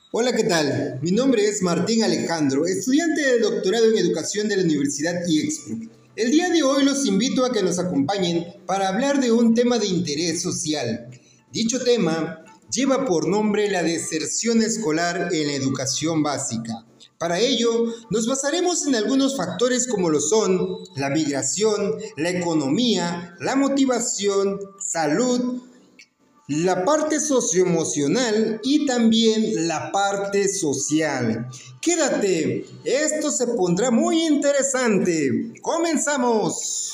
Hola, ¿qué tal? Mi nombre es Martín Alejandro, estudiante de doctorado en educación de la Universidad IEXPRO. El día de hoy los invito a que nos acompañen para hablar de un tema de interés social. Dicho tema lleva por nombre la deserción escolar en la educación básica. Para ello, nos basaremos en algunos factores como lo son la migración, la economía, la motivación, salud, la parte socioemocional y también la parte social. Quédate, esto se pondrá muy interesante. ¡Comenzamos!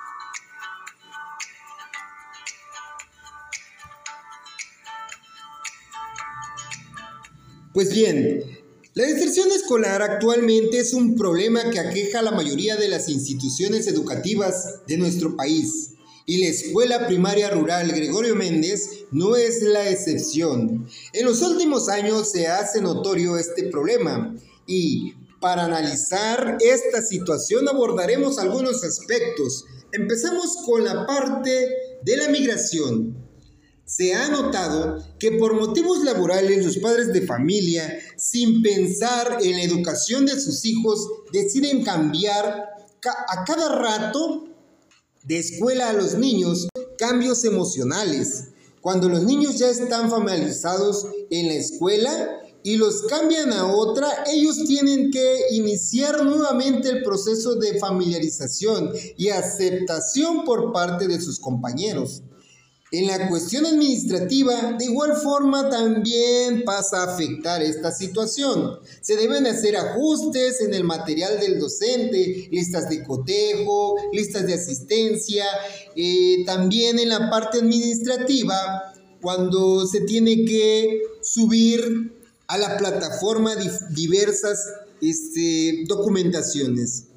Pues bien, la deserción escolar actualmente es un problema que aqueja a la mayoría de las instituciones educativas de nuestro país. Y la Escuela Primaria Rural Gregorio Méndez no es la excepción. En los últimos años se hace notorio este problema y para analizar esta situación abordaremos algunos aspectos. Empezamos con la parte de la migración. Se ha notado que por motivos laborales los padres de familia, sin pensar en la educación de sus hijos, deciden cambiar a cada rato de escuela a los niños, cambios emocionales. Cuando los niños ya están familiarizados en la escuela y los cambian a otra, ellos tienen que iniciar nuevamente el proceso de familiarización y aceptación por parte de sus compañeros. En la cuestión administrativa, de igual forma también pasa a afectar esta situación. Se deben hacer ajustes en el material del docente, listas de cotejo, listas de asistencia, también en la parte administrativa, cuando se tiene que subir a la plataforma diversas documentaciones.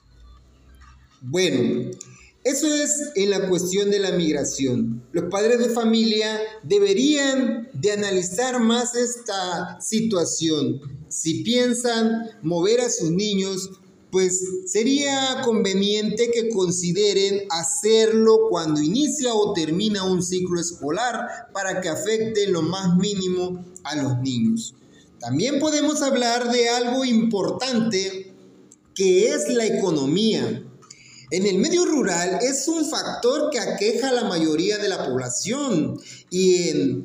Bueno, eso es en la cuestión de la migración. Los padres de familia deberían de analizar más esta situación. Si piensan mover a sus niños, pues sería conveniente que consideren hacerlo cuando inicia o termina un ciclo escolar para que afecte lo más mínimo a los niños. También podemos hablar de algo importante que es la economía. En el medio rural es un factor que aqueja a la mayoría de la población y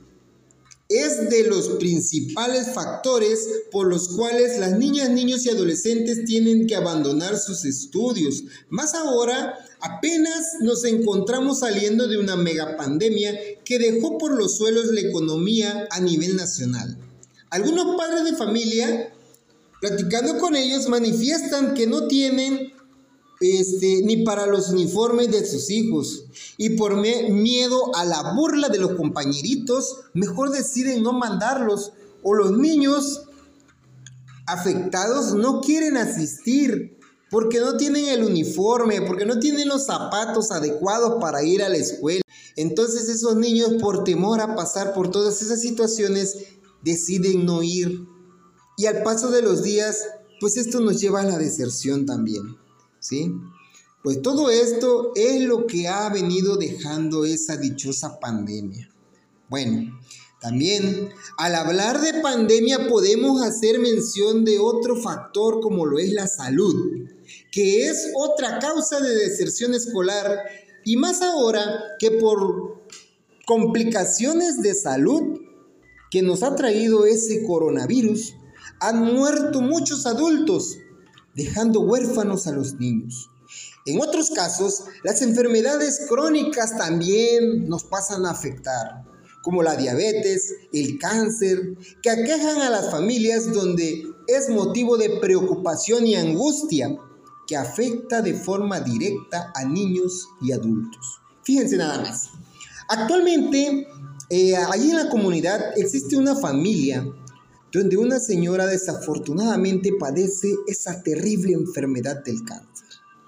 es de los principales factores por los cuales las niñas, niños y adolescentes tienen que abandonar sus estudios. Más ahora, apenas nos encontramos saliendo de una megapandemia que dejó por los suelos la economía a nivel nacional. Algunos padres de familia, platicando con ellos, manifiestan que no tienen ni para los uniformes de sus hijos y por miedo a la burla de los compañeritos, mejor deciden no mandarlos, o los niños afectados no quieren asistir porque no tienen el uniforme, porque no tienen los zapatos adecuados para ir a la escuela. Entonces esos niños, por temor a pasar por todas esas situaciones, deciden no ir, y al paso de los días, pues esto nos lleva a la deserción también, ¿sí? Pues todo esto es lo que ha venido dejando esa dichosa pandemia. Bueno, también al hablar de pandemia podemos hacer mención de otro factor como lo es la salud, que es otra causa de deserción escolar, y más ahora que por complicaciones de salud que nos ha traído ese coronavirus, han muerto muchos adultos, dejando huérfanos a los niños. En otros casos, las enfermedades crónicas también nos pasan a afectar, como la diabetes, el cáncer, que aquejan a las familias, donde es motivo de preocupación y angustia, que afecta de forma directa a niños y adultos. Fíjense nada más. Actualmente, allí en la comunidad existe una familia donde una señora desafortunadamente padece esa terrible enfermedad del cáncer,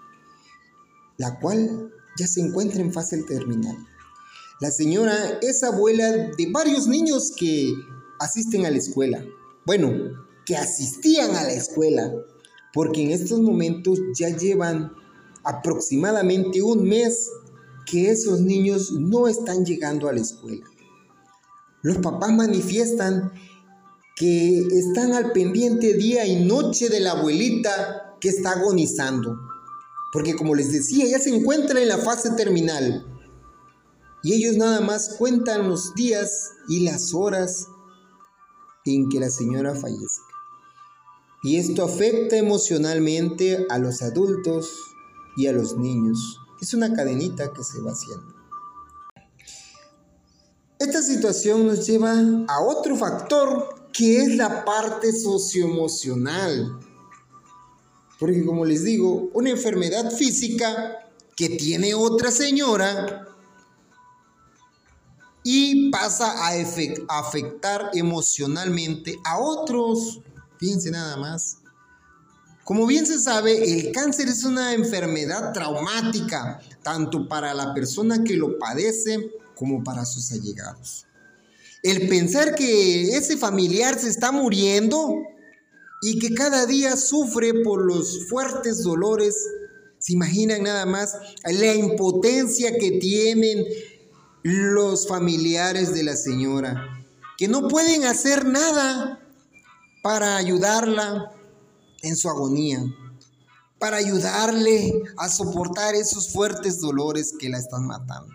la cual ya se encuentra en fase terminal. La señora es abuela de varios niños que asisten a la escuela. Bueno, que asistían a la escuela, porque en estos momentos ya llevan aproximadamente un mes que esos niños no están llegando a la escuela. Los papás manifiestan que están al pendiente día y noche de la abuelita que está agonizando. Porque como les decía, ella se encuentra en la fase terminal. Y ellos nada más cuentan los días y las horas en que la señora fallezca. Y esto afecta emocionalmente a los adultos y a los niños. Es una cadenita que se va haciendo. Esta situación nos lleva a otro factor que es la parte socioemocional. Porque como les digo, una enfermedad física que tiene otra señora y pasa a afectar emocionalmente a otros. Fíjense nada más. Como bien se sabe, el cáncer es una enfermedad traumática, tanto para la persona que lo padece como para sus allegados. El pensar que ese familiar se está muriendo y que cada día sufre por los fuertes dolores, se imaginan nada más la impotencia que tienen los familiares de la señora, que no pueden hacer nada para ayudarla en su agonía, para ayudarle a soportar esos fuertes dolores que la están matando.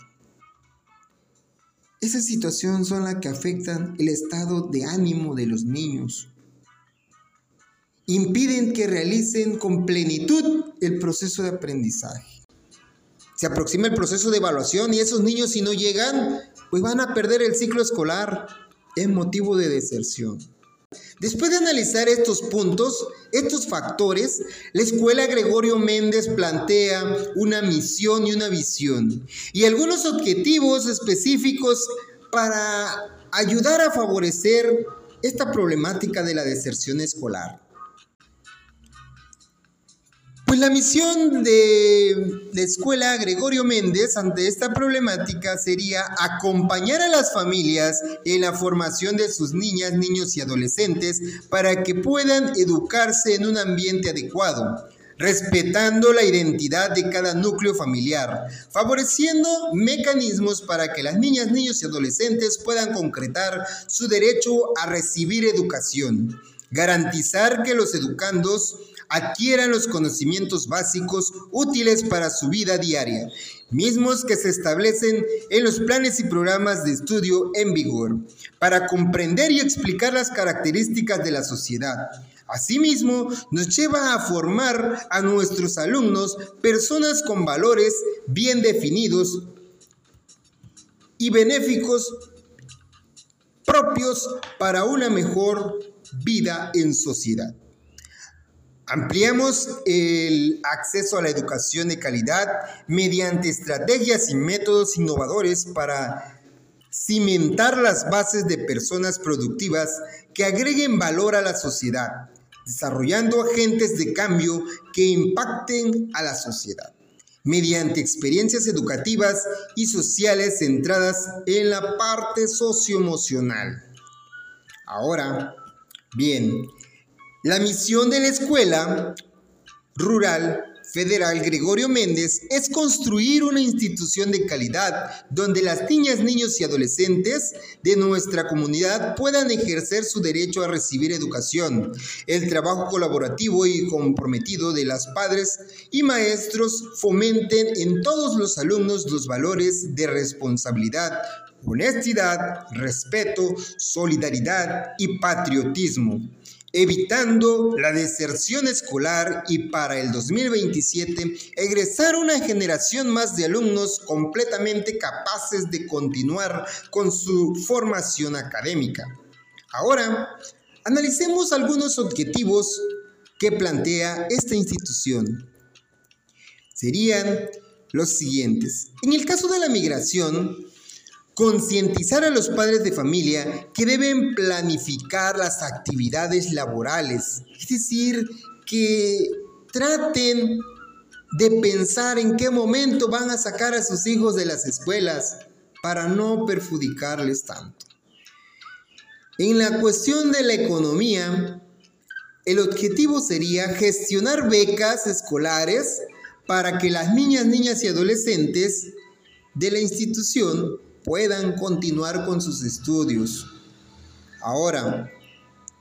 Esas situaciones son las que afectan el estado de ánimo de los niños. Impiden que realicen con plenitud el proceso de aprendizaje. Se aproxima el proceso de evaluación y esos niños, si no llegan, pues van a perder el ciclo escolar. Es motivo de deserción. Después de analizar estos puntos, estos factores, la Escuela Gregorio Méndez plantea una misión y una visión y algunos objetivos específicos para ayudar a favorecer esta problemática de la deserción escolar. Pues la misión de la Escuela Gregorio Méndez ante esta problemática sería acompañar a las familias en la formación de sus niñas, niños y adolescentes para que puedan educarse en un ambiente adecuado, respetando la identidad de cada núcleo familiar, favoreciendo mecanismos para que las niñas, niños y adolescentes puedan concretar su derecho a recibir educación, garantizar que los educandos adquieran los conocimientos básicos útiles para su vida diaria, mismos que se establecen en los planes y programas de estudio en vigor, para comprender y explicar las características de la sociedad. Asimismo, nos lleva a formar a nuestros alumnos personas con valores bien definidos y benéficos propios para una mejor vida en sociedad. Ampliamos el acceso a la educación de calidad mediante estrategias y métodos innovadores para cimentar las bases de personas productivas que agreguen valor a la sociedad, desarrollando agentes de cambio que impacten a la sociedad, mediante experiencias educativas y sociales centradas en la parte socioemocional. Ahora, bien, la misión de la Escuela Rural Federal Gregorio Méndez es construir una institución de calidad donde las niñas, niños y adolescentes de nuestra comunidad puedan ejercer su derecho a recibir educación. El trabajo colaborativo y comprometido de los padres y maestros fomenten en todos los alumnos los valores de responsabilidad, honestidad, respeto, solidaridad y patriotismo, evitando la deserción escolar y para el 2027 egresar una generación más de alumnos completamente capaces de continuar con su formación académica. Ahora, analicemos algunos objetivos que plantea esta institución. Serían los siguientes. En el caso de la migración, concientizar a los padres de familia que deben planificar las actividades laborales, es decir, que traten de pensar en qué momento van a sacar a sus hijos de las escuelas para no perjudicarles tanto. En la cuestión de la economía, el objetivo sería gestionar becas escolares para que las niñas y adolescentes de la institución puedan continuar con sus estudios. Ahora,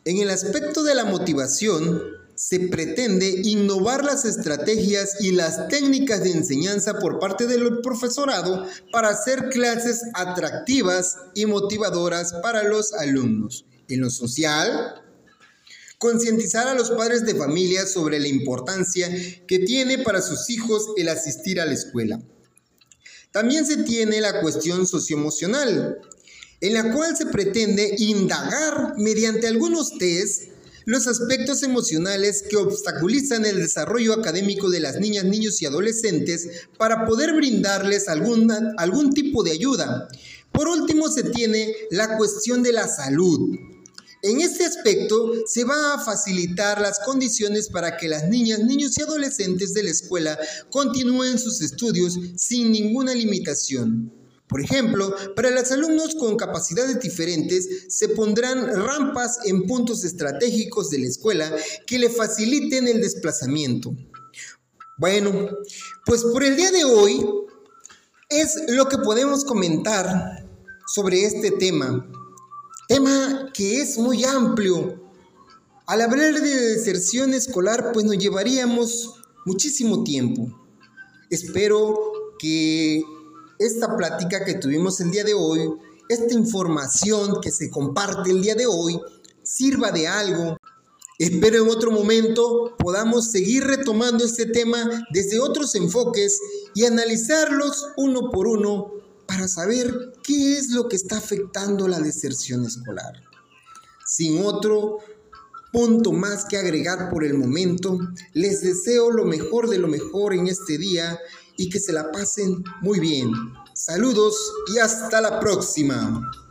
En el aspecto de la motivación, se pretende innovar las estrategias y las técnicas de enseñanza por parte del profesorado para hacer clases atractivas y motivadoras para los alumnos. En lo social, concientizar a los padres de familia sobre la importancia que tiene para sus hijos el asistir a la escuela. También se tiene la cuestión socioemocional, en la cual se pretende indagar mediante algunos test los aspectos emocionales que obstaculizan el desarrollo académico de las niñas, niños y adolescentes para poder brindarles algún tipo de ayuda. Por último, se tiene la cuestión de la salud. En este aspecto se va a facilitar las condiciones para que las niñas, niños y adolescentes de la escuela continúen sus estudios sin ninguna limitación. Por ejemplo, para los alumnos con capacidades diferentes se pondrán rampas en puntos estratégicos de la escuela que le faciliten el desplazamiento. Bueno, pues por el día de hoy es lo que podemos comentar sobre este tema que es muy amplio. Al hablar de deserción escolar, pues nos llevaríamos muchísimo tiempo. Espero que esta plática que tuvimos el día de hoy, esta información que se comparte el día de hoy, sirva de algo. Espero en otro momento podamos seguir retomando este tema desde otros enfoques y analizarlos uno por uno para saber qué es lo que está afectando la deserción escolar. Sin otro punto más que agregar por el momento, les deseo lo mejor de lo mejor en este día y que se la pasen muy bien. Saludos y hasta la próxima.